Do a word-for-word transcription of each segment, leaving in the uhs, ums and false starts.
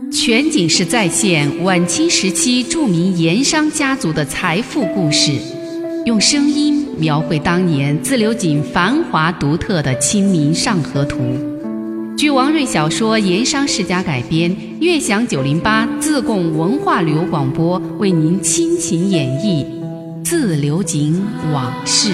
全景式再现晚清时期著名盐商家族的财富故事，用声音描绘当年自流井繁华独特的《清明上河图》。据王瑞小说《盐商世家》改编，悦享九零八自贡文化旅游广播为您倾情演绎《自流井往事》。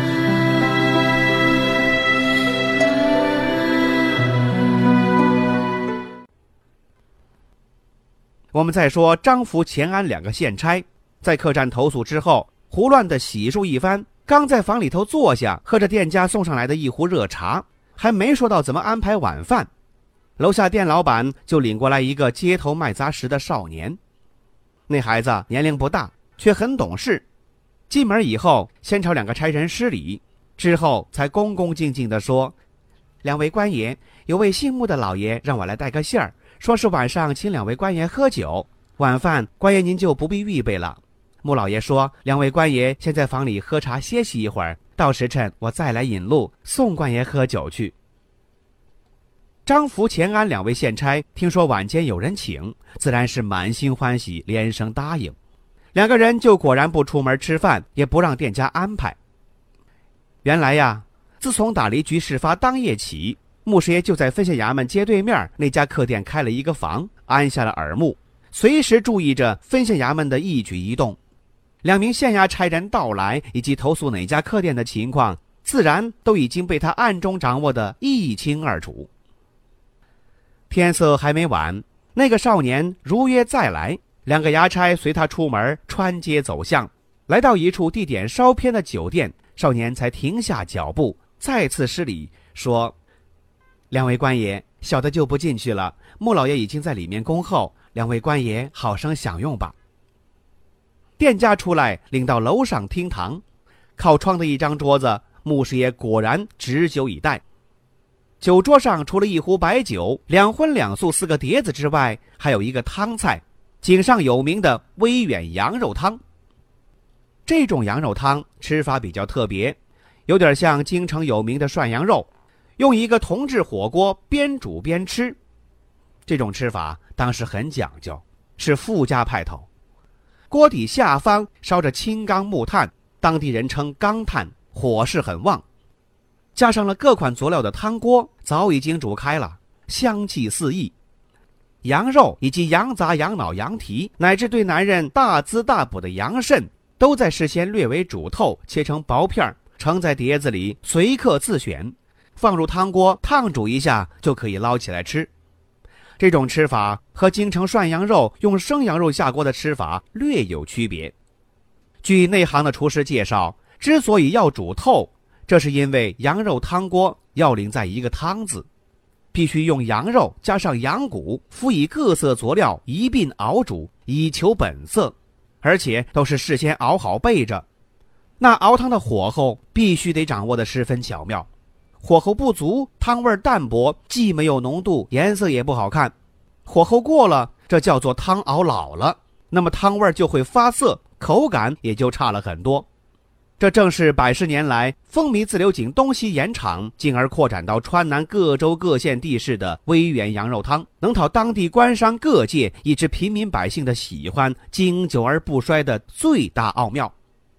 我们再说张福、钱安两个县差在客栈投宿之后，胡乱的洗漱一番，刚在房里头坐下，喝着店家送上来的一壶热茶，还没说到怎么安排晚饭，楼下店老板就领过来一个街头卖杂食的少年。那孩子年龄不大，却很懂事。进门以后，先朝两个差人施礼，之后才恭恭敬敬地说：“两位官爷，有位姓穆的老爷让我来带个信儿，说是晚上请两位官爷喝酒，晚饭官爷您就不必预备了。穆老爷说，两位官爷先在房里喝茶歇息一会儿，到时辰我再来引路送官爷喝酒去。”张福、钱安两位县差听说晚间有人请，自然是满心欢喜，连声答应。两个人就果然不出门吃饭，也不让店家安排。原来呀，自从打离局事发当夜起，穆师爷就在分县衙门街对面那家客店开了一个房，安下了耳目，随时注意着分县衙门的一举一动。两名县衙差人到来以及投诉哪家客店的情况，自然都已经被他暗中掌握得一清二楚。天色还没晚，那个少年如约再来，两个衙差随他出门，穿街走巷，来到一处地点稍偏的酒店，少年才停下脚步，再次施礼说：“两位官爷，小的就不进去了，穆老爷已经在里面恭候，两位官爷好生享用吧。”店家出来领到楼上厅堂，靠窗的一张桌子，穆师爷果然执酒以待。酒桌上除了一壶白酒、两荤两素四个碟子之外，还有一个汤菜，井上有名的威远羊肉汤。这种羊肉汤吃法比较特别，有点像京城有名的涮羊肉，用一个铜制火锅边煮边吃。这种吃法当时很讲究，是富家派头。锅底下方烧着青钢木炭，当地人称钢炭，火势很旺。加上了各款佐料的汤锅早已经煮开了，香气四溢。羊肉以及羊杂、羊脑、羊蹄，乃至对男人大滋大补的羊肾，都在事先略微煮透，切成薄片，盛在碟子里，随客自选，放入汤锅烫煮一下就可以捞起来吃。这种吃法和京城涮羊肉用生羊肉下锅的吃法略有区别。据内行的厨师介绍，之所以要煮透，这是因为羊肉汤锅要领在一个汤字，必须用羊肉加上羊骨，辅以各色佐料一并熬煮，以求本色，而且都是事先熬好备着。那熬汤的火候必须得掌握得十分巧妙，火候不足，汤味淡薄，既没有浓度，颜色也不好看。火候过了，这叫做汤熬老了，那么汤味就会发涩，口感也就差了很多。这正是百十年来风靡自流井东西盐场，进而扩展到川南各州各县地市的威远羊肉汤，能讨当地官商各界以至平民百姓的喜欢，经久而不衰的最大奥妙。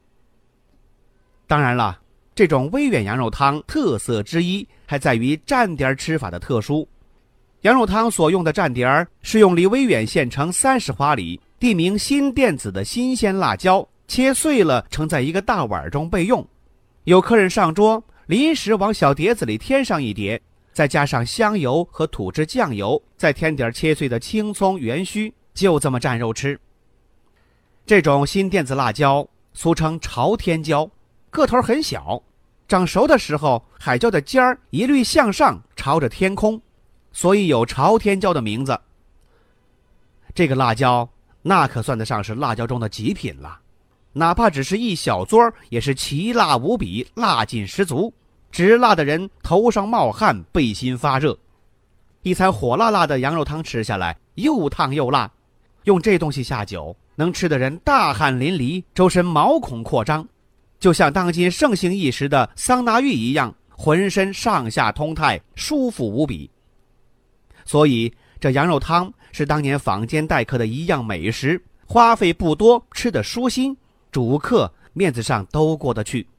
当然了，这种威远羊肉汤特色之一还在于蘸碟吃法的特殊。羊肉汤所用的蘸碟是用离威远县城三十华里，地名新店子的新鲜辣椒，切碎了盛在一个大碗中备用。有客人上桌，临时往小碟子里添上一碟，再加上香油和土制酱油，再添点切碎的青葱、元须，就这么蘸肉吃。这种新店子辣椒俗称朝天椒，个头很小，长熟的时候海椒的尖儿一律向上朝着天空，所以有朝天椒的名字。这个辣椒那可算得上是辣椒中的极品了，哪怕只是一小撮，也是奇辣无比，辣劲十足，直辣的人头上冒汗，背心发热。一餐火辣辣的羊肉汤吃下来，又烫又辣，用这东西下酒，能吃的人大汗淋漓，周身毛孔扩张，就像当今盛行一时的桑拿浴一样，浑身上下通泰，舒服无比。所以这羊肉汤是当年坊间待客的一样美食，花费不多，吃得舒心，主客面子上都过得去。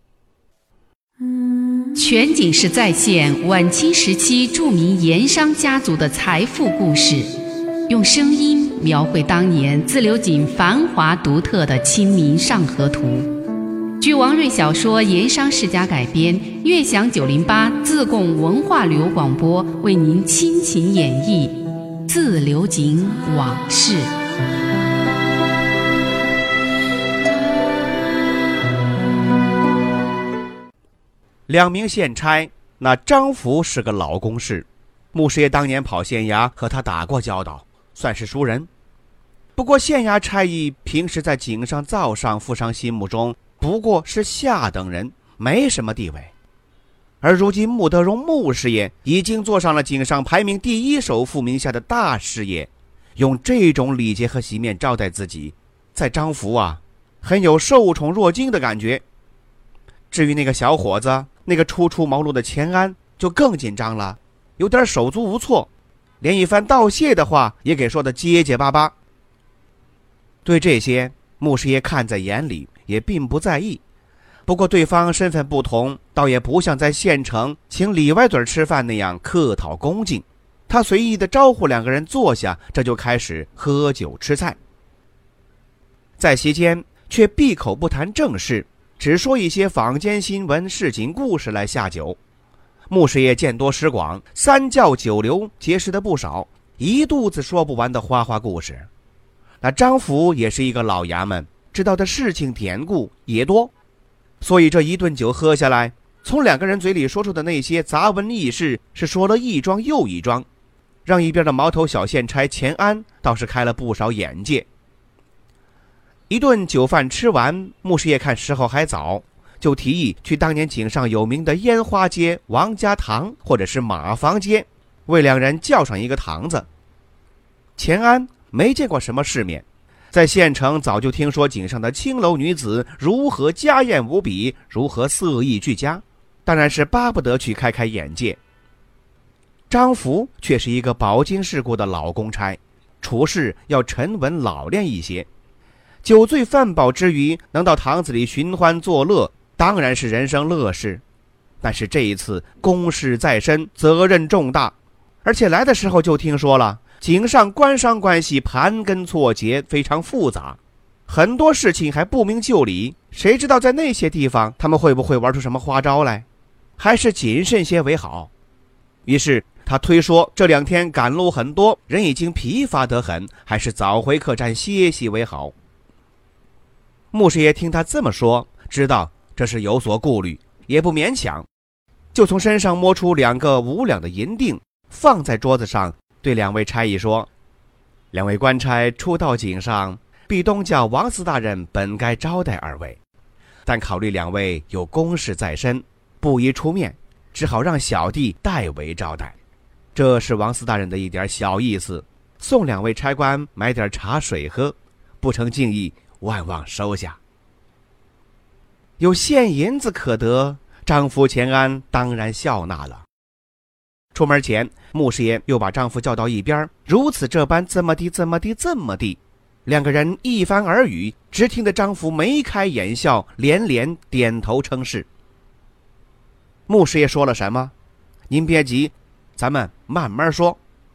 全景式再现晚清时期著名盐商家族的财富故事，用声音描绘当年自流井繁华独特的《清明上河图》。据王瑞小说《盐商世家》改编，悦享九零八自贡文化旅游广播为您倾情演绎自流井往事。 两名县差，那张福是个老公事，穆师爷当年跑县衙和他打过交道，算是熟人。不过县衙差役平时在井上灶上富商心目中不过是下等人，没什么地位。而如今穆德荣穆师爷已经做上了井上排名第一首富名下的大师爷，用这种礼节和席面招待自己，在张福啊很有受宠若惊的感觉。至于那个小伙子，那个初出茅庐的钱安就更紧张了，有点手足无措，连一番道谢的话也给说得结结巴巴。对这些穆师爷看在眼里，也并不在意。不过对方身份不同，倒也不像在县城请里外嘴吃饭那样客套恭敬。他随意的招呼两个人坐下，这就开始喝酒吃菜。在席间却闭口不谈正事，只说一些坊间新闻市井故事来下酒。穆师爷见多识广，三教九流结识的不少，一肚子说不完的花花故事。那张福也是一个老衙门，知道的事情典故也多，所以这一顿酒喝下来，从两个人嘴里说出的那些杂文轶事是说了一桩又一桩，让一边的毛头小县差钱安倒是开了不少眼界。一顿酒饭吃完，穆师爷看时候还早，就提议去当年井上有名的烟花街、王家堂或者是马房街，为两人叫上一个堂子。钱安没见过什么世面，在县城早就听说井上的青楼女子如何家艳无比，如何色艺俱佳，当然是巴不得去开开眼界。张福却是一个饱经世故的老公差，处事要沉稳老练一些。酒醉饭饱之余，能到堂子里寻欢作乐，当然是人生乐事。但是这一次公事在身，责任重大，而且来的时候就听说了井上官商关系盘根错节，非常复杂，很多事情还不明就里，谁知道在那些地方他们会不会玩出什么花招来，还是谨慎些为好。于是他推说这两天赶路很多，人已经疲乏得很，还是早回客栈歇息为好。穆师爷听他这么说，知道这是有所顾虑，也不勉强，就从身上摸出两个五两的银锭，放在桌子上，对两位差役说：两位官差初到井上，壁东叫王司大人本该招待二位，但考虑两位有公事在身，不宜出面，只好让小弟代为招待。这是王司大人的一点小意思，送两位差官买点茶水喝，不成敬意，万望收下。有现银子可得，张福钱安当然笑纳了。出门前，穆师爷又把张福叫到一边，如此这般这么地这么地这么地，两个人一番耳语，只听得张福眉开眼笑，连连点头称是。穆师爷说了什么？您别急，咱们慢慢说。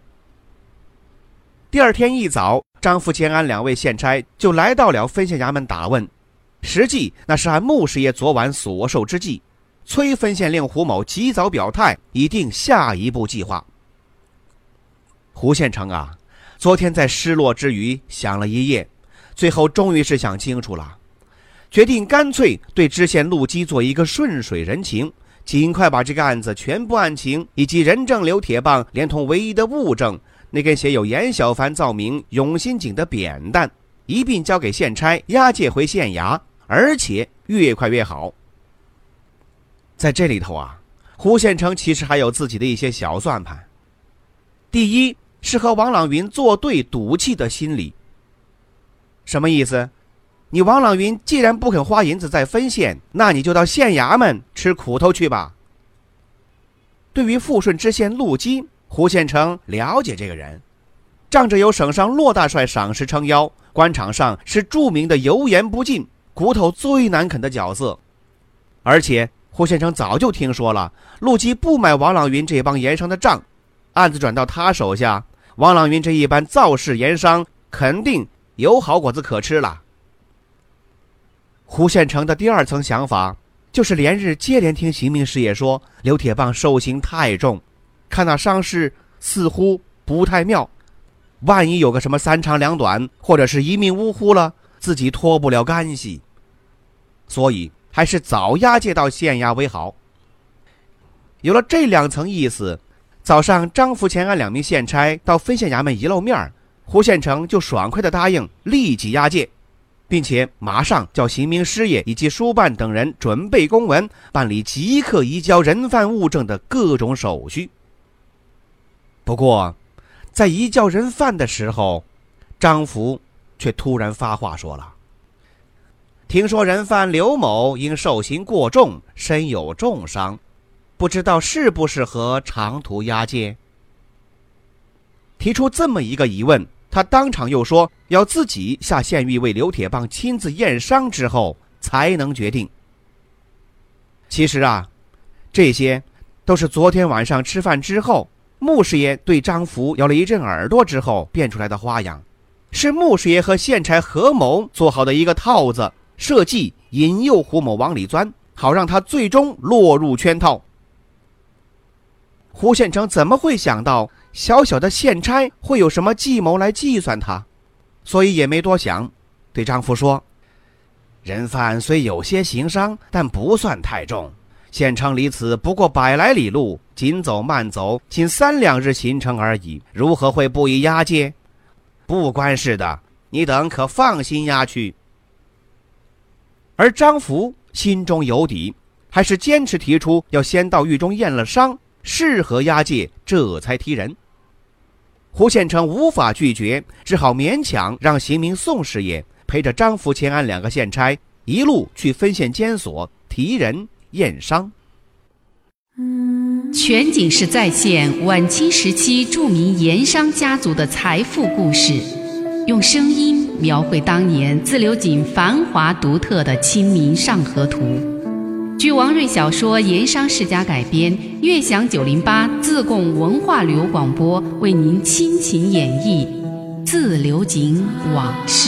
第二天一早，张福钱安两位县差就来到了分县衙门打问，实际那是按穆师爷昨晚所授之计，催分县令胡某及早表态，以定下一步计划。胡县城啊，昨天在失落之余想了一夜，最后终于是想清楚了，决定干脆对知县陆基做一个顺水人情，尽快把这个案子全部案情以及人证刘铁棒连同唯一的物证那根写有严小凡造名永新井的扁担一并交给县差押解回县衙，而且越快越好。在这里头啊，胡县城其实还有自己的一些小算盘。第一是和王朗云作对赌气的心理。什么意思？你王朗云既然不肯花银子在分县，那你就到县衙门吃苦头去吧。对于富顺知县陆基，胡县城了解这个人， 仗着有省上骆大帅赏识撑腰，官场上是著名的油盐不进、骨头最难啃的角色。而且胡县城早就听说了陆基不买王朗云这帮盐商的账，案子转到他手下，王朗云这一般造势盐商肯定有好果子可吃了。胡县城的第二层想法就是连日接连听刑名师爷说刘铁棒受刑太重，看那伤势似乎不太妙，万一有个什么三长两短或者是一命呜呼了，自己脱不了干系，所以还是早押解到县衙为好。有了这两层意思，早上张福前安两名县差到分县衙门一露面，胡县城就爽快地答应立即押解，并且马上叫刑名师爷以及书办等人准备公文，办理即刻移交人犯物证的各种手续。不过在移交人犯的时候，张福却突然发话说了，听说人犯刘某因受刑过重，身有重伤，不知道适不适合长途押解。提出这么一个疑问，他当场又说要自己下县狱为刘铁棒亲自验伤之后才能决定。其实啊，这些都是昨天晚上吃饭之后穆师爷对张福咬了一阵耳朵之后变出来的花样，是穆师爷和县差合谋做好的一个套子，设计引诱胡某往里钻，好让他最终落入圈套。胡县城怎么会想到小小的县差会有什么计谋来计算他，所以也没多想，对张福说，人犯虽有些刑伤，但不算太重，县城离此不过百来里路，紧走慢走仅三两日行程而已，如何会不宜押解？不关事的，你等可放心押去。而张福心中有底，还是坚持提出要先到狱中验了伤，适合押解，这才提人。胡县城无法拒绝，只好勉强让刑名宋师爷陪着张福前安两个县差一路去分县监所提人验伤。 全景式再现晚清时期著名盐商家族的财富故事，用声音描绘当年自流井繁华独特的《清明上河图》。据王瑞小说《盐商世家》改编，悦享九零八自贡文化旅游广播为您倾情演绎《自流井往事》。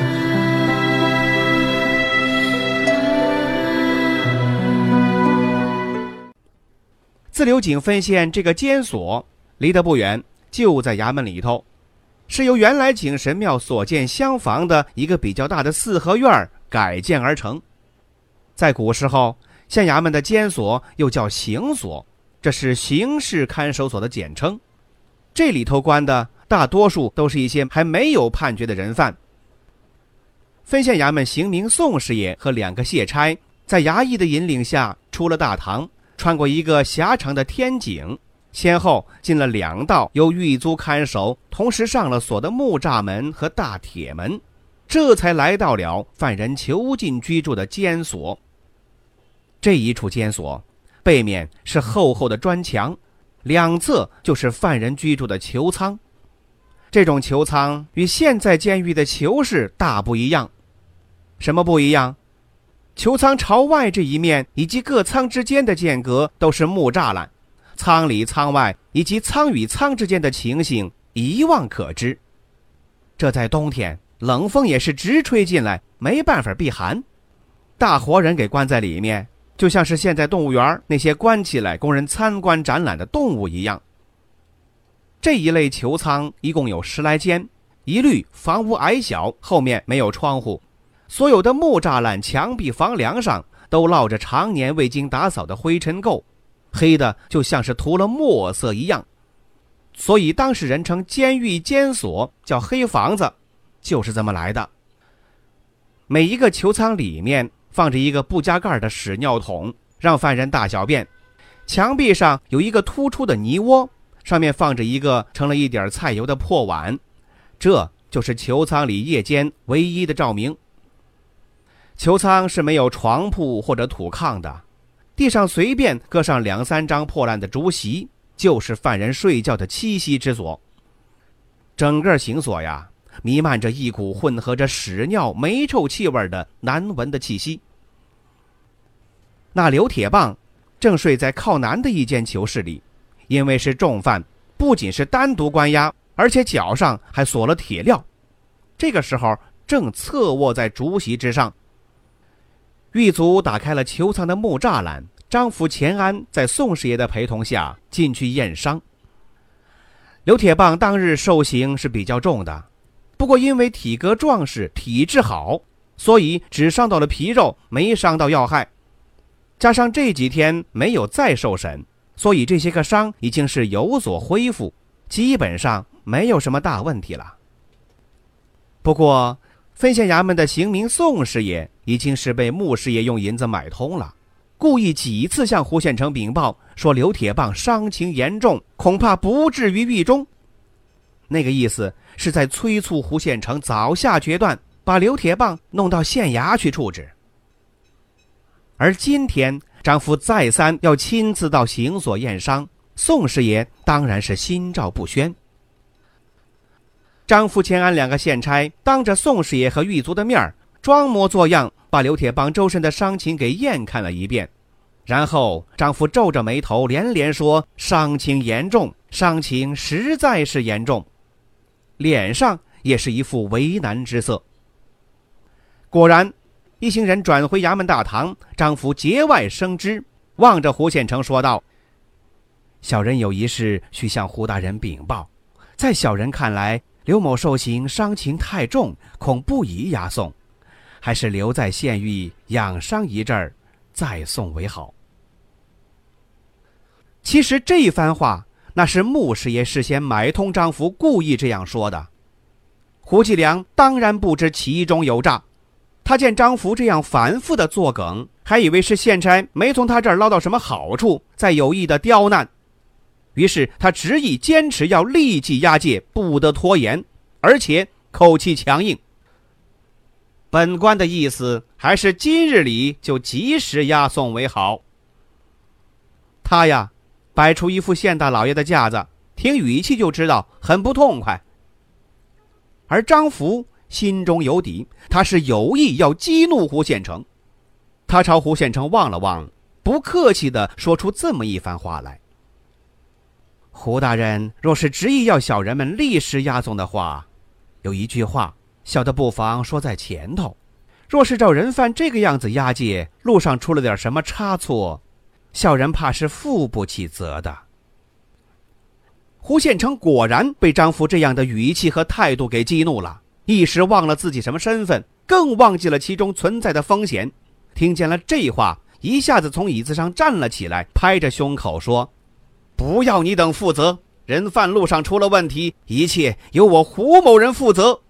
自流井分县这个监所离得不远，就在衙门里头，是由原来井神庙所建厢房的一个比较大的四合院改建而成。在古时候，县衙门的监所又叫刑所，这是刑事看守所的简称。这里头关的大多数都是一些还没有判决的人犯。分县衙门刑名宋师爷和两个卸差在衙役的引领下出了大堂，穿过一个狭长的天井，先后进了两道由狱卒看守同时上了锁的木栅门和大铁门，这才来到了犯人囚禁居住的监所。这一处监所背面是厚厚的砖墙，两侧就是犯人居住的囚仓。这种囚仓与现在监狱的囚室大不一样。什么不一样？囚仓朝外这一面以及各仓之间的间隔都是木栅栏，仓里仓外以及仓与仓之间的情形一望可知。这在冬天冷风也是直吹进来，没办法避寒，大活人给关在里面，就像是现在动物园那些关起来供人参观展览的动物一样。这一类囚仓一共有十来间，一律房屋矮小，后面没有窗户，所有的木栅栏墙壁房梁上都落着常年未经打扫的灰尘垢，黑的就像是涂了墨色一样，所以当时人称监狱监所叫黑房子，就是这么来的。每一个囚仓里面放着一个不加盖的屎尿桶，让犯人大小便。墙壁上有一个突出的泥窝，上面放着一个盛了一点菜油的破碗，这就是囚仓里夜间唯一的照明。囚仓是没有床铺或者土炕的，地上随便搁上两三张破烂的竹席，就是犯人睡觉的栖息之所。 整个刑所呀，弥漫着一股混合着屎尿霉臭气味的难闻的气息。那刘铁棒正睡在靠南的一间囚室里，因为是重犯，不仅是单独关押，而且脚上还锁了铁镣。这个时候正侧卧在竹席之上。狱卒打开了囚仓的木栅栏，张福钱安在宋师爷的陪同下进去验伤。刘铁棒当日受刑是比较重的，不过因为体格壮实，体质好，所以只伤到了皮肉，没伤到要害。加上这几天没有再受审，所以这些个伤已经是有所恢复，基本上没有什么大问题了。不过分县衙门的刑名宋师爷已经是被穆师爷用银子买通了，故意几次向胡县城禀报说刘铁棒伤情严重，恐怕不至于狱中。那个意思是在催促胡县城早下决断，把刘铁棒弄到县衙去处置。而今天张福再三要亲自到刑所验伤，宋师爷当然是心照不宣。张福、钱安两个县差当着宋师爷和狱卒的面，装模作样把刘铁棒周身的伤情给验看了一遍，然后张福皱着眉头连连说伤情严重，伤情实在是严重，脸上也是一副为难之色。果然一行人转回衙门大堂，张福节外生枝，望着胡县城说道：小人有一事需向胡大人禀报，在小人看来，刘某受刑伤情太重，恐不宜押送，还是留在县狱养伤一阵儿再送为好。其实这番话那是穆师爷事先买通张福，故意这样说的。胡继良当然不知其中有诈，他见张福这样反复的作梗，还以为是县差没从他这儿捞到什么好处，再有意的刁难。于是他执意坚持要立即押解，不得拖延，而且口气强硬。本官的意思还是今日里就及时押送为好。他呀摆出一副县大老爷的架子，听语气就知道很不痛快。而张福心中有底，他是有意要激怒胡县城。他朝胡县城望了望，不客气地说出这么一番话来：胡大人若是执意要小人们立时押送的话，有一句话小的不妨说在前头，若是照人犯这个样子押解，路上出了点什么差错，小人怕是负不起责的。胡县城果然被张福这样的语气和态度给激怒了，一时忘了自己什么身份，更忘记了其中存在的风险。听见了这话，一下子从椅子上站了起来，拍着胸口说：不要你等负责，人犯路上出了问题，一切由我胡某人负责。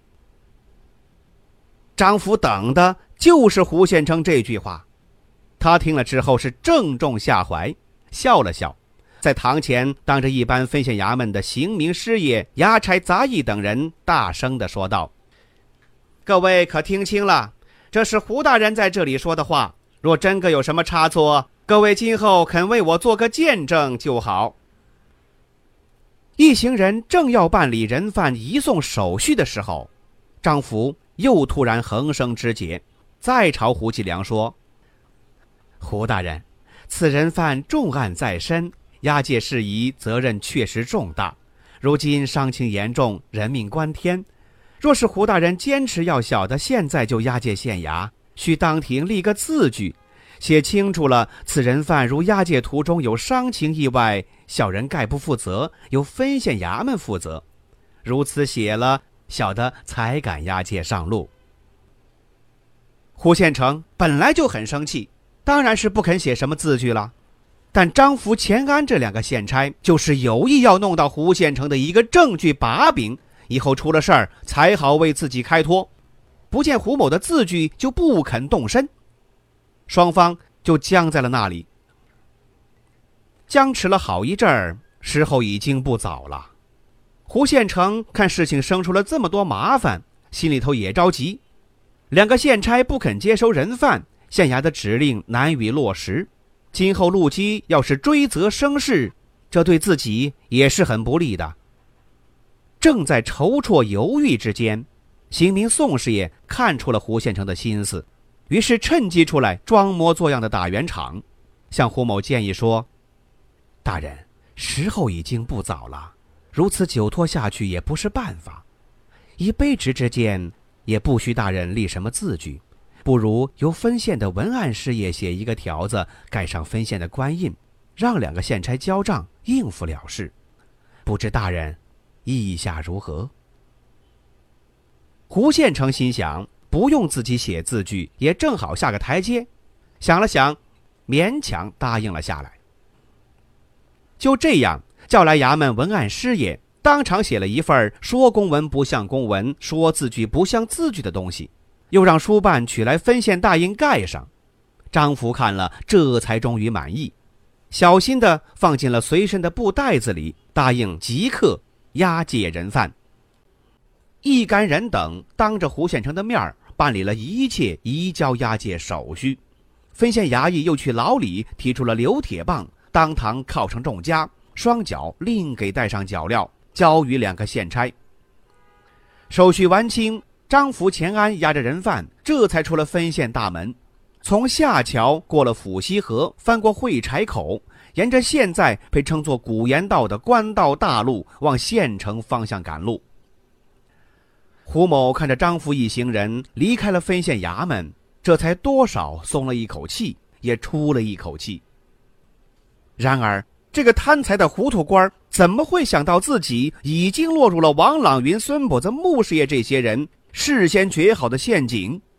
张福等的就是胡县城这句话，他听了之后是正中下怀，笑了笑，在堂前当着一般分县衙门的刑名师爷、衙差、杂役等人大声地说道：各位可听清了，这是胡大人在这里说的话，若真个有什么差错，各位今后肯为我做个见证就好。一行人正要办理人犯移送手续的时候，张福又突然横生枝节，再朝胡继良说：胡大人，此人犯重案在身，押解事宜责任确实重大，如今伤情严重，人命关天，若是胡大人坚持要小的现在就押解县衙，需当庭立个字据，写清楚了此人犯如押解途中有伤情意外，小人概不负责，由分县衙门负责。如此写了，小的才敢押解上路。胡县城本来就很生气，当然是不肯写什么字据了。但张福、钱安这两个县差就是有意要弄到胡县城的一个证据把柄，以后出了事儿才好为自己开脱。不见胡某的字据就不肯动身，双方就僵在了那里。僵持了好一阵儿，时候已经不早了。胡县城看事情生出了这么多麻烦，心里头也着急。两个县差不肯接收人犯，县衙的指令难以落实，今后陆基要是追责生事，这对自己也是很不利的。 正在踌躇犹豫之间，刑名宋师爷看出了胡县城的心思，于是趁机出来装模作样的打圆场，向胡某建议说：大人，时候已经不早了，如此久拖下去也不是办法，一卑职之间也不需大人立什么字据，不如由分县的文案事业写一个条子，盖上分县的官印，让两个县差交账，应付了事。不知大人意下如何？胡县城心想，不用自己写字据，也正好下个台阶，想了想，勉强答应了下来。就这样，叫来衙门文案师爷，当场写了一份说公文不像公文，说字据不像字据的东西，又让书办取来分县大印盖上。张福看了，这才终于满意，小心地放进了随身的布袋子里，答应即刻押解人犯。一干人等当着胡县城的面办理了一切移交押解手续，分县衙役又去牢里提出了刘铁棒，当堂铐上重枷，双脚另给戴上脚镣，交予两个县差。手续完清，张福、钱安押着人犯，这才出了分县大门，从下桥过了府西河，翻过会柴口，沿着现在被称作古沿道的官道大路往县城方向赶路。胡某看着张福一行人离开了分县衙门，这才多少松了一口气，也出了一口气。然而这个贪财的糊涂官怎么会想到自己已经落入了王朗云、孙跛子、穆师爷这些人事先决好的陷阱？